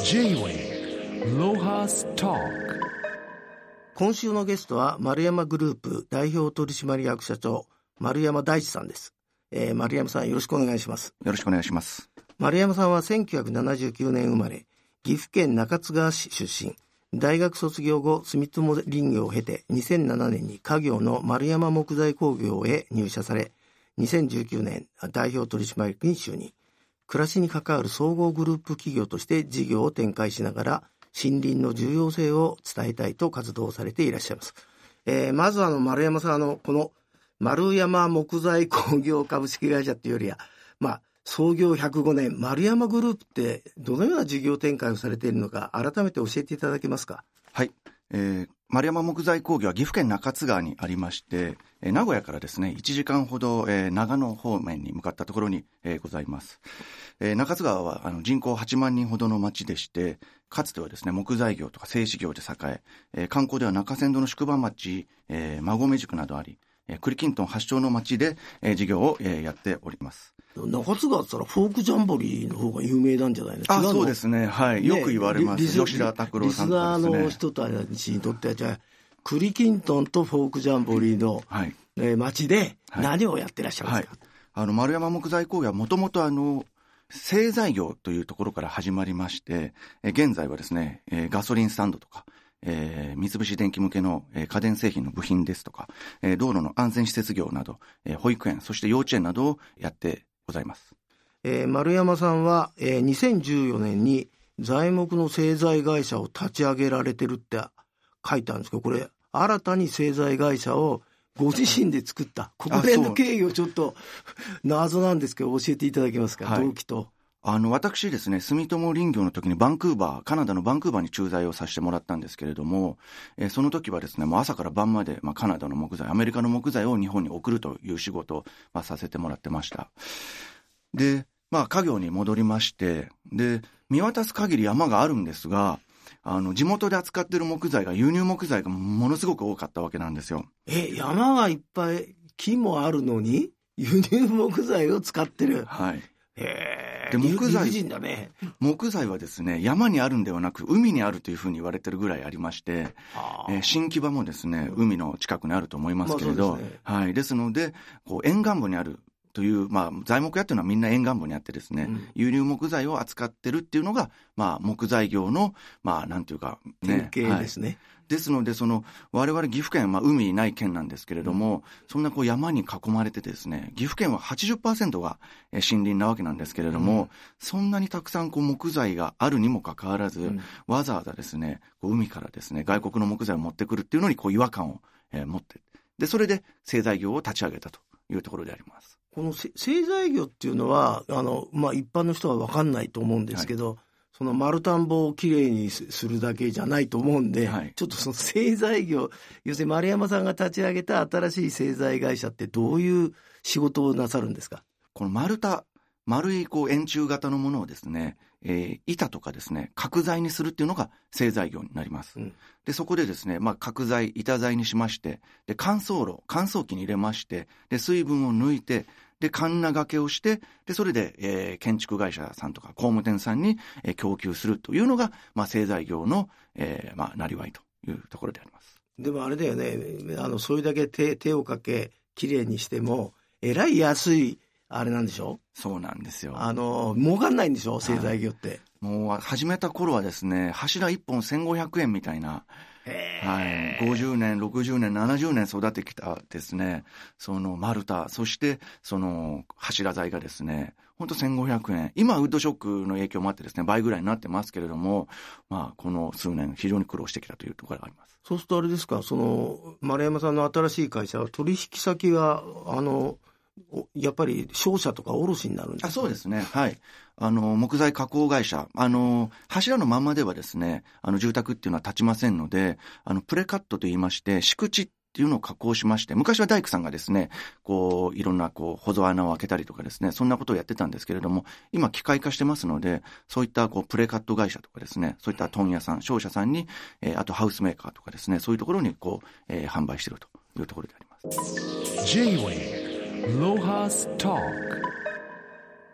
J-Way ロハストーク。 今週のゲストは丸山グループ代表取締役社長丸山大地さんです。丸山さん、よろしくお願いします。 よろしくお願いします。 丸山さんは1979年生まれ、岐阜県中津川市出身。大学卒業後、住友林業を経て2007年に家業の丸山木材工業へ入社され、2019年代表取締役に就任。暮らしに関わる総合グループ企業として事業を展開しながら、森林の重要性を伝えたいと活動されていらっしゃいます。まず丸山さん、この丸山木材工業株式会社っていうよりは、創業105年丸山グループってどのような事業展開をされているのか改めて教えていただけますか。 はい、丸山木材工業は岐阜県中津川にありまして、名古屋からですね1時間ほど、長野方面に向かったところに、ございます。中津川は人口8万人ほどの町でして、かつてはですね木材業とか製紙業で栄え、観光では中山道の宿場町、馬込宿などあり、栗きんとん発祥の町で、事業を、やっております。 中津川って言ったらフォークジャンボリーの方が有名なんじゃないですか。 そうですね、はい、よく言われます。吉田拓郎さんとかですね。リスナーの人たちにとっては、じゃあ栗きんとんとフォークジャンボリーの、町で何をやってらっしゃるんですか。 丸山木材工業はもともと製材業というところから始まりまして、現在はですね、ガソリンスタンドとか、三菱電機向けの家電製品の部品ですとか、道路の安全施設業など、保育園、そして幼稚園などをやってございます。 丸山さんは、2014年に材木の製材会社を立ち上げられてるって書いてあるんですけど、これ新たに製材会社をご自身で作った、ここら辺の経緯をちょっと謎なんですけど教えていただけますか。動機と。 私ですね、住友林業の時にカナダのバンクーバーに駐在をさせてもらったんですけれども、その時はですね、もう朝から晩まで、カナダの木材、アメリカの木材を日本に送るという仕事を、させてもらってました。で、家業に戻りまして、で、見渡す限り山があるんですが、地元で扱っている木材が輸入木材がものすごく多かったわけなんですよ。 山がいっぱい木もあるのに輸入木材を使ってる。 はい。 で木材、 理不尽だね。 木材はですね、山にあるんではなく海にあるというふうに言われてるぐらいありまして、新木場もですね、海の近くにあると思いますけれど、ですので沿岸部にあるという、材木屋っていうのはみんな沿岸部にあってですね、輸入木材を扱ってるっていうのが、木材業の、なんていうか、 典型ですね。 ですので、我々岐阜県は、海ない県なんですけれども、そんな山に囲まれてですね、岐阜県は 80% が森林なわけなんですけれども、そんなにたくさん木材があるにもかかわらず、わざわざですね、海からですね、外国の木材を持ってくるっていうのに違和感を、持って、で、それで製材業を立ち上げたというところであります。 この製材業っていうのは、一般の人は分かんないと思うんですけど、その丸田んぼをきれいにするだけじゃないと思うんで、ちょっとその製材業、要するに丸山さんが立ち上げた新しい製材会社ってどういう仕事をなさるんですか。この丸い円柱型のものをですね、板とかですね、角材にするっていうのが製材業になります。で、そこでですね、角材、板材にしまして、で、乾燥機に入れまして、で、水分を抜いて、で、カンナ掛けをして、で、それで、建築会社さんとか工務店さんに、供給するというのが、製材業の、なりわいというところであります。 でもあれだよね、それだけ手をかけ、きれいにしても、えらい安い、あれなんでしょ。 そうなんですよ。 儲かんないんでしょ、製材業って。 もう始めた頃はですね、柱1本1500円みたいな、50年、60年、70年育ててきたですね、その丸太、そしてその柱材がですね、ほんと1500円。今ウッドショックの影響もあってですね、倍ぐらいになってますけれども、この数年非常に苦労してきたというところがあります。 そうするとあれですか、丸山さんの新しい会社は取引先はやっぱり商社とか卸になるんですか。 そうですね。はい。木材加工会社。柱のまんまではですね、住宅っていうのは建ちませんので、プレカットと言いまして、敷地っていうのを加工しまして、昔は大工さんがですね、いろんな保存穴を開けたりとかですね、そんなことをやってたんですけれども、今機械化してますので、そういったプレカット会社とかですね、そういった問屋さん、商社さんに、あとハウスメーカーとかですね、そういうところに販売しているというところであります。 J-Way ロハストーク。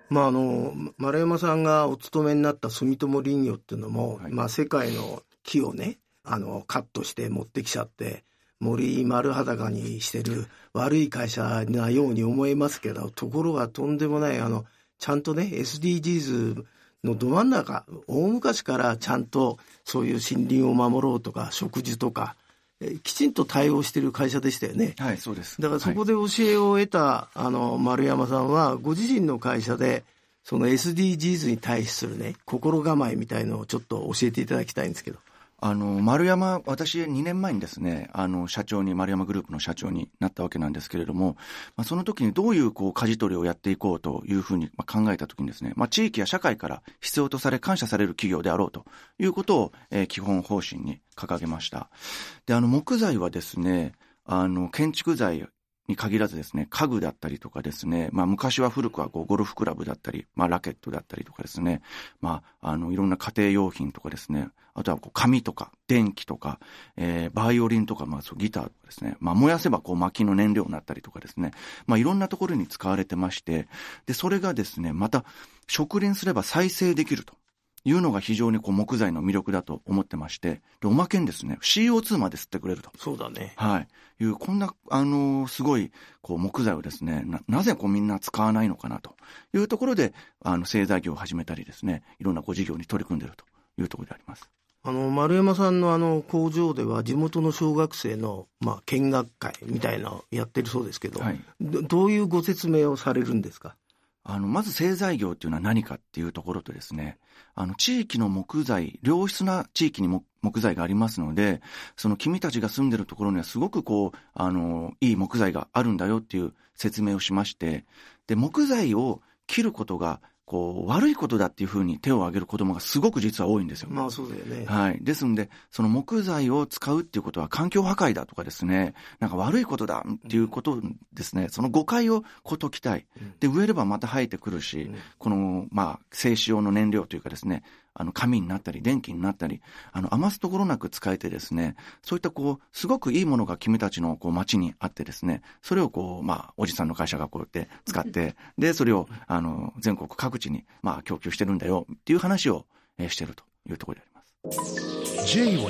丸山さんがお勤めになった住友林業っていうのも、 はい、 世界の木をね、カットして持ってきちゃって、森丸裸にしてる悪い会社なように思えますけど、ところがとんでもない、ちゃんとね、SDGs のど真ん中、大昔からちゃんとそういう森林を守ろうとか、植樹とか、きちんと対応している会社でしたよね。 はい、そうです。 だからそこで教えを得た、丸山さんはご自身の会社でその SDGs に対するね心構えみたいのをちょっと教えていただきたいんですけど。 丸山、私2年前にですね、丸山グループの社長になったわけなんですけれども、その時にどういう舵取りをやっていこうというふうに考えた時にですね、地域や社会から必要とされ感謝される企業であろうということを、基本方針に掲げました。で、木材はですね、建築材に限らずですね、家具だったりとかですね、昔は古くはゴルフクラブだったり、ラケットだったりとかですね、いろんな家庭用品とかですね、あとは紙とか電気とか、バイオリンとか、ギターとかですね、燃やせば薪の燃料になったりとかですね、いろんなところに使われてまして、で、それがですね、また植林すれば再生できるというのが非常に木材の魅力だと思ってまして、で、おまけにですね、CO2 まで吸ってくれると。 そうだね。 はい。こんな、すごい、木材をですね、なぜみんな使わないのかなというところで、製材業を始めたりですね、いろんな事業に取り組んでいるというところであります。 丸山さんの工場では地元の小学生の、見学会みたいなのをやってるそうですけど、 はい、 どういうご説明をされるんですか？ まず製材業っていうのは何かっていうところとですね、地域の木材、良質な地域に木材がありますので、その君たちが住んでるところにはすごくいい木材があるんだよっていう説明をしまして、で、木材を切ることが悪いことだっていうふうに手を挙げる子供がすごく実は多いんですよ。 そうだよね。 はい。ですので、その木材を使うっていうことは環境破壊だとかですね、なんか悪いことだっていうことですね、その誤解を解きたい。で、植えればまた生えてくるし、製紙用の燃料というかですね、紙になったり電気になったり、余すところなく使えてですね、そういったすごくいいものが君たちの町にあってですね、それをおじさんの会社がこうやって使って、で、それを全国各地に供給してるんだよっていう話をしてるというところであります。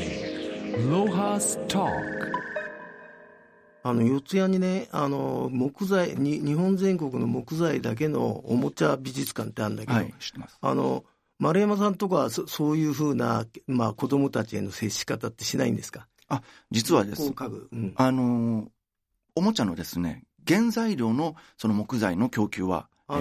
J-Way ロハストーク。 四谷にね、木材に日本全国の木材だけのおもちゃ美術館ってあるんだけど、 はい、知ってます。 丸山さんとかはそういうふうな、子供たちへの接し方ってしないんですか？ 実はです。おもちゃのですね、原材料のその木材の供給は、はい、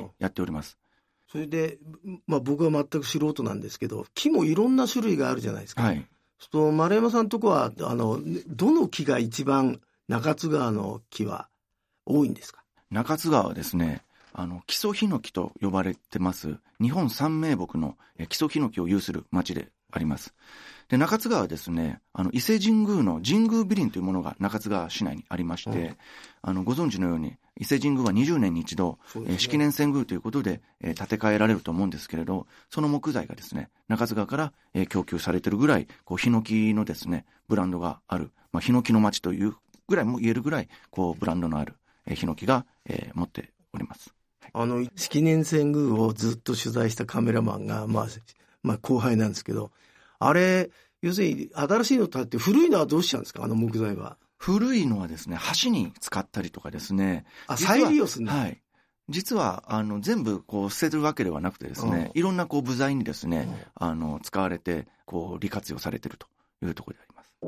やっております。 それで、僕は全く素人なんですけど、木もいろんな種類があるじゃないですか。 はい。 丸山さんとこは、どの木が一番中津川の木は多いんですか？ 中津川はですね、木曽ヒノキと呼ばれてます日本三名木の木曽ヒノキを有する町であります。で、中津川はですね、伊勢神宮の神宮美林というものが中津川市内にありまして、ご存知のように伊勢神宮は20年に一度、式年遷宮ということで、建て替えられると思うんですけれど、その木材がですね、中津川から、供給されているぐらいヒノキのですねブランドがある、ヒノキの町というぐらいも言えるぐらいブランドのある、ヒノキが、持っております。 式年遷宮をずっと取材したカメラマンが、後輩なんですけど、あれ、要するに新しいのとあって古いのはどうしちゃうんですか？木材は。 古いのはですね、橋に使ったりとかですね。 再利用するんだ。 はい。実は、全部捨てるわけではなくてですね、いろんな部材にですね、使われて、利活用されているというところであります。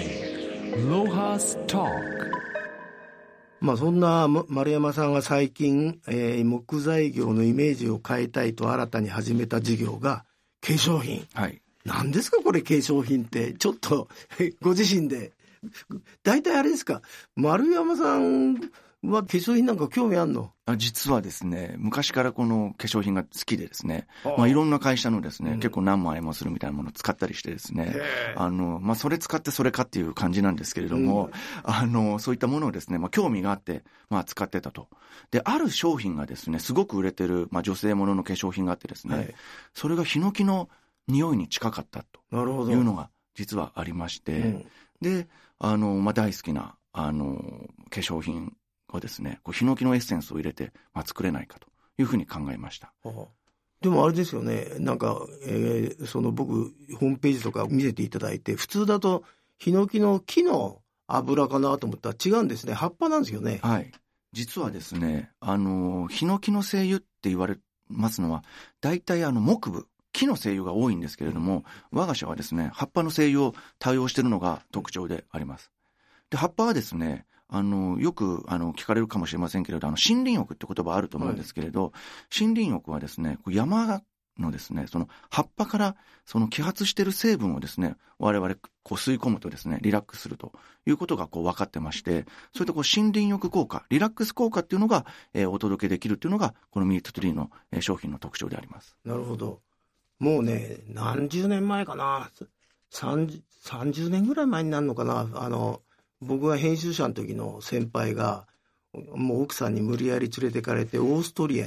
J-Way ロハストーク。 そんな丸山さんが最近、木材業のイメージを変えたいと新たに始めた事業が化粧品。 はい。 何ですかこれ化粧品って。ちょっとご自身で。大体あれですか、丸山さんは化粧品なんか興味あんの？ 実はですね、昔からこの化粧品が好きでですね、いろんな会社のですね、結構何万円もするみたいなものを使ったりしてですね、それ使ってそれかっていう感じなんですけれども、そういったものをですね、興味があって、使ってたと。で、ある商品がですね、すごく売れてる、女性ものの化粧品があってですね、それがヒノキの匂いに近かったというのが実はありまして、で、大好きな、化粧品をですね、ヒノキのエッセンスを入れて、作れないかというふうに考えました。 でもあれですよね、なんか、その僕ホームページとか見せていただいて、普通だとヒノキの木の油かなと思ったら違うんですね。葉っぱなんですよね。 はい。実はですね、ヒノキの精油って言われますのは、大体木部、木の精油が多いんですけれども、我が社はですね、葉っぱの精油を多用しているのが特徴であります。で、葉っぱはですね、よく聞かれるかもしれませんけれど、森林浴って言葉あると思うんですけれど、森林浴はですね、山のですね、その葉っぱからその揮発している成分をですね、我々吸い込むとですね、リラックスするということが分かってまして、そういった森林浴効果、リラックス効果っていうのが、お届けできるっていうのがこのミートトリーの、商品の特徴であります。 なるほど。もうね、何十年前かな、30年ぐらい前になるのかな、僕が編集者の時の先輩がもう奥さんに無理やり連れてかれてオーストラ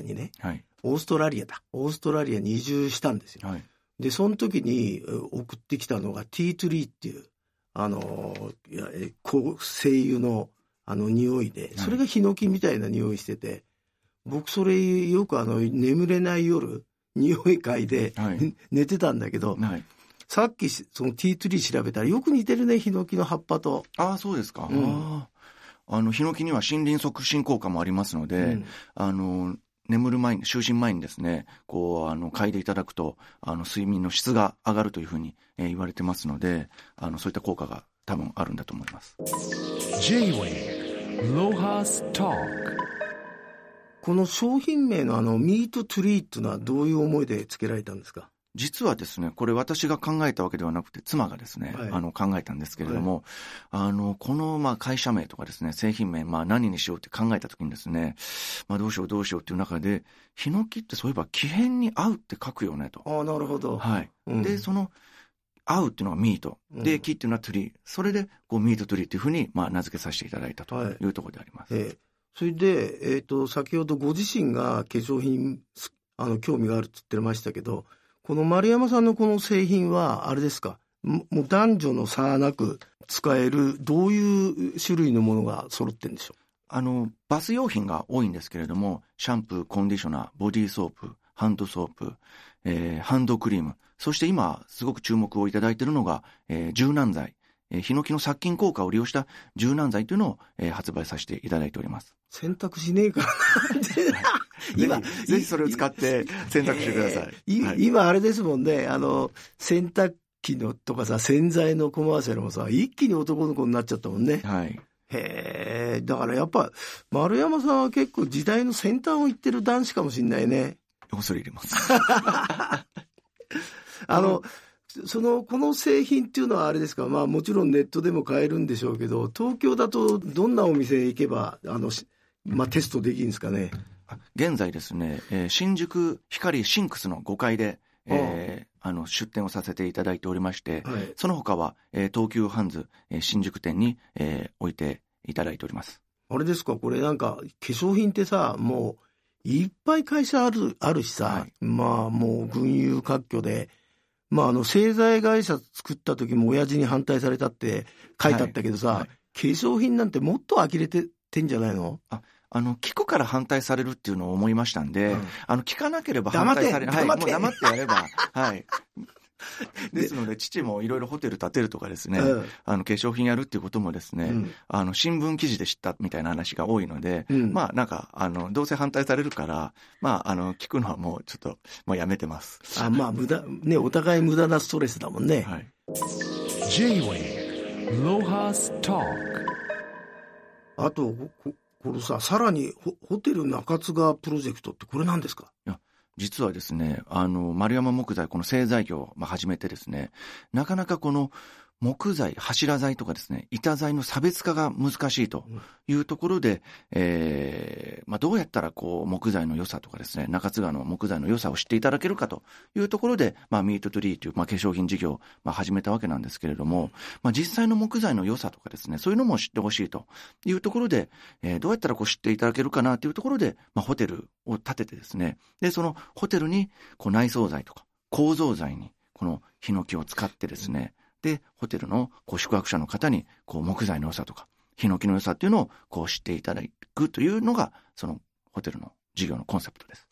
リアに移住したんですよ。でその時に送ってきたのがティートリーっていう精油の匂いで、それがヒノキみたいな匂いしてて、僕それよく眠れない夜匂い嗅いで、寝てたんだけど、さっきそのティートリー調べたらよく似てるね、ヒノキの葉っぱと。 ああ、そうですか。ヒノキには森林促進効果もありますので、眠る前に、就寝前にですね、嗅いでいただくと睡眠の質が上がるというふうに、言われてますので、そういった効果が多分あるんだと思います。 J-Wave Lohas Talk。 この商品名のミートトリーっていうのはどういう思いで付けられたんですか？ 実はですね、これ私が考えたわけではなくて、妻がですね、考えたんですけれども、この会社名とかですね、製品名、何にしようって考えたときにですね、どうしようっていう中で、ヒノキってそういえば木片に合うって書くよねと。 なるほど。 で、その合うっていうのがミート。で、木っていうのはトリー。それで、ミートトリーっていうふうに、名付けさせていただいたというところであります。 それで、先ほどご自身が化粧品、興味があるって言ってましたけど、この丸山さんのこの製品はあれですか、もう男女の差なく使える、どういう種類のものが揃ってるんでしょう？ バス用品が多いんですけれども、シャンプー、コンディショナー、ボディーソープ、ハンドソープ、ハンドクリーム、そして今すごく注目をいただいているのが、柔軟剤、ヒノキの殺菌効果を利用した柔軟剤というのを、発売させていただいております。 洗濯しねえからなぜひそれを使って洗濯してください。 今あれですもんね、洗濯機のとかさ、洗剤のコマーシャルもさ、一気に男の子になっちゃったもんね。だからやっぱ丸山さんは結構時代の先端を行ってる男子かもしれないね。 恐れ入れます。 この製品っていうのはあれですか、もちろんネットでも買えるんでしょうけど、東京だとどんなお店へ行けばテストできるんですかね？ 現在ですね、新宿光シンクスの5階で、出店をさせていただいておりまして、その他は、東急ハンズ、新宿店に、置いていただいております。 あれですか、これなんか化粧品ってさ、もういっぱい会社あるしさ、もう群雄割拠で、製剤会社作った時も親父に反対されたって書いてあったけどさ、化粧品なんてもっと呆れてんじゃないの？ 聞くから反対されるっていうのを思いましたんで、聞かなければ反対される。もう黙ってやれば。ですので、父もいろいろホテル建てるとかですね、化粧品やるっていうこともですね、新聞記事で知ったみたいな話が多いので、どうせ反対されるから、聞くのはもうちょっと、もうやめてます。 無駄、ね、お互い無駄なストレスだもんね。 J-Wave Lohas Talk。 あと、これさ、さらにホテル中津川プロジェクトってこれ何ですか？ 実はですね、丸山木材、この製材業を始めてですね、なかなかこの木材、柱材とかですね、板材の差別化が難しいというところで、どうやったら木材の良さとかですね、中津川の木材の良さを知っていただけるかというところで、ミートトリーという、化粧品事業を、始めたわけなんですけれども、実際の木材の良さとかですね、そういうのも知ってほしいというところで、どうやったら知っていただけるかなというところで、ホテルを建ててですね、で、そのホテルに内装材とか構造材にこのヒノキを使ってですね、で、ホテルの宿泊者の方に木材の良さとかヒノキの良さっていうのを知っていただくというのがそのホテルの事業のコンセプトです。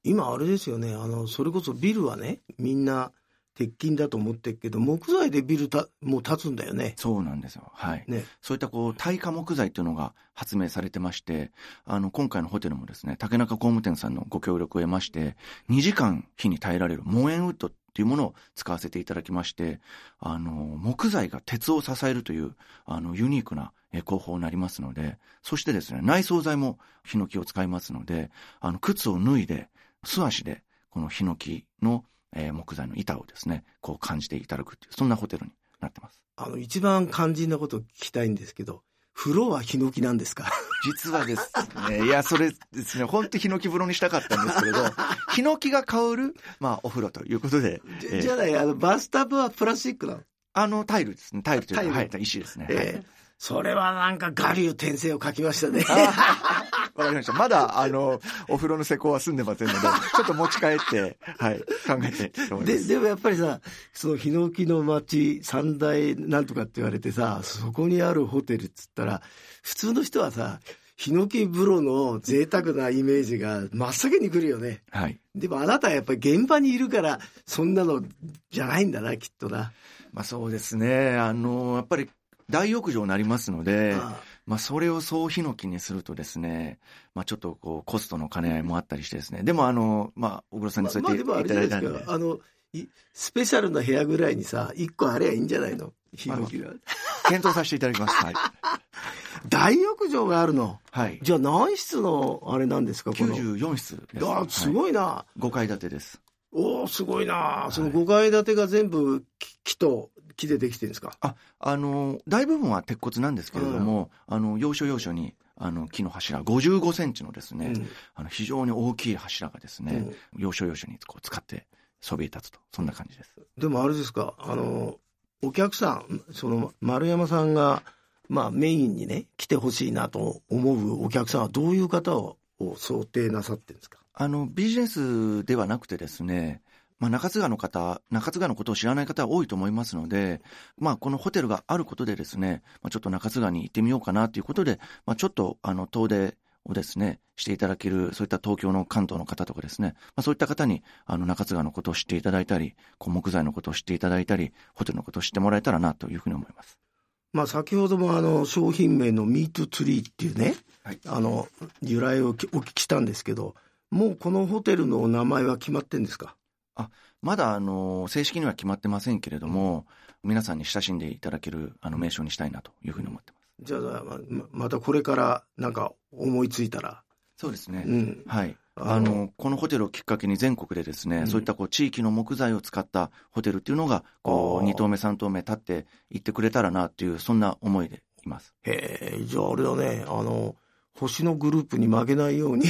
今あれですよね、それこそビルはね、みんな鉄筋だと思ってるけど、木材でビルもう建つんだよね。 そうなんですよ。はい。 ね、 そういった耐火木材っていうのが発明されてまして、今回のホテルもですね、竹中工務店さんのご協力を得まして、2時間火に耐えられるモエンウッドっていうものを使わせていただきまして、木材が鉄を支えるという、ユニークな工法になりますので、そしてですね、内装材もヒノキを使いますので、靴を脱いで、素足で、このヒノキの木材の板をですね、こう感じていただくっていう、そんなホテルになってます。 一番肝心なことを聞きたいんですけど、風呂はヒノキなんですか？ 実はですね、いや、それですね、本当ヒノキ風呂にしたかったんですけれど、ヒノキが香る、お風呂ということで。 じゃない、バスタブはプラスチックなの？ タイルですね、タイルというか、はい、石ですね。 それはなんか我流転生を書きましたね。 わかりました。まだ、お風呂の施工は済んでませんので、ちょっと持ち帰って、はい、考えてと思います。 でもやっぱりさ、そのヒノキの町三大なんとかって言われてさ、そこにあるホテルっつったら、普通の人はさ、ヒノキ風呂の贅沢なイメージが真っ先に来るよね。 はい。 でもあなたはやっぱり現場にいるから、そんなのじゃないんだな、きっとな。 そうですね。やっぱり大浴場になりますので、それを総ヒノキにするとですね、ちょっとコストの兼ね合いもあったりしてですね。でも小黒さんにそうやっていただいたんで。 スペシャルな部屋ぐらいにさ、1個あればいいんじゃないの？ヒノキが。 検討させていただきます。はい。 大浴場があるの？ はい。 じゃあ何室のあれなんですか？ 94 室です。 すごいな。 はい、5階建てです。 おー、すごいな。その5階建てが全部木でできてるんですか？ 大部分は鉄骨なんですけれども、要所要所に木の柱55センチのですね、非常に大きい柱がですね、要所要所に使ってそびえ立つと、そんな感じです。 でもあれですか、お客さん、その丸山さんがメインにね来てほしいなと思うお客さんはどういう方を想定なさってるんですか？ ビジネスではなくてですね、中津川のことを知らない方は多いと思いますので、このホテルがあることでですね、ちょっと中津川に行ってみようかなということで、ちょっと遠出をですね、していただける、そういった東京の関東の方とかですね、そういった方に中津川のことを知っていただいたり、木材のことを知っていただいたり、ホテルのことを知ってもらえたらなというふうに思います。 先ほども商品名のミートツリーっていうね、はい、由来をお聞きしたんですけど、もうこのホテルの名前は決まってんですか？ まだ正式には決まってませんけれども、皆さんに親しんでいただける名称にしたいなというふうに思ってます。 じゃあまたこれからなんか思いついたら。 そうですね。はい。このホテルをきっかけに全国でですね、そういった地域の木材を使ったホテルっていうのが2棟目3棟目立っていってくれたらなっていう、そんな思いでいます。 へえ、じゃああれだね、星のグループに負けないように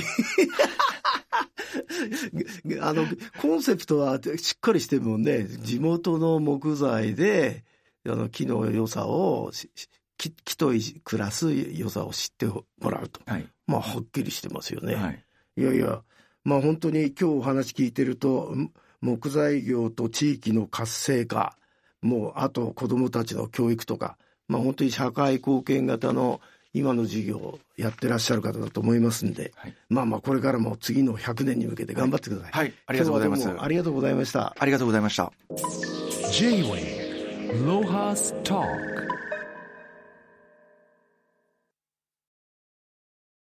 コンセプトはしっかりしてるもんね。地元の木材で木の良さを木と暮らす良さを知ってもらうと、はい、はっきりしてますよね。はい、いや本当に今日お話聞いてると、木材業と地域の活性化、あと子どもたちの教育とか、本当に社会貢献型の今の事業をやってらっしゃる方だと思いますんで、はい、これからも次の100年に向けて頑張ってください。 はい、ありがとうございます。 ありがとうございました。 ありがとうございました。 J-Way ロハストーク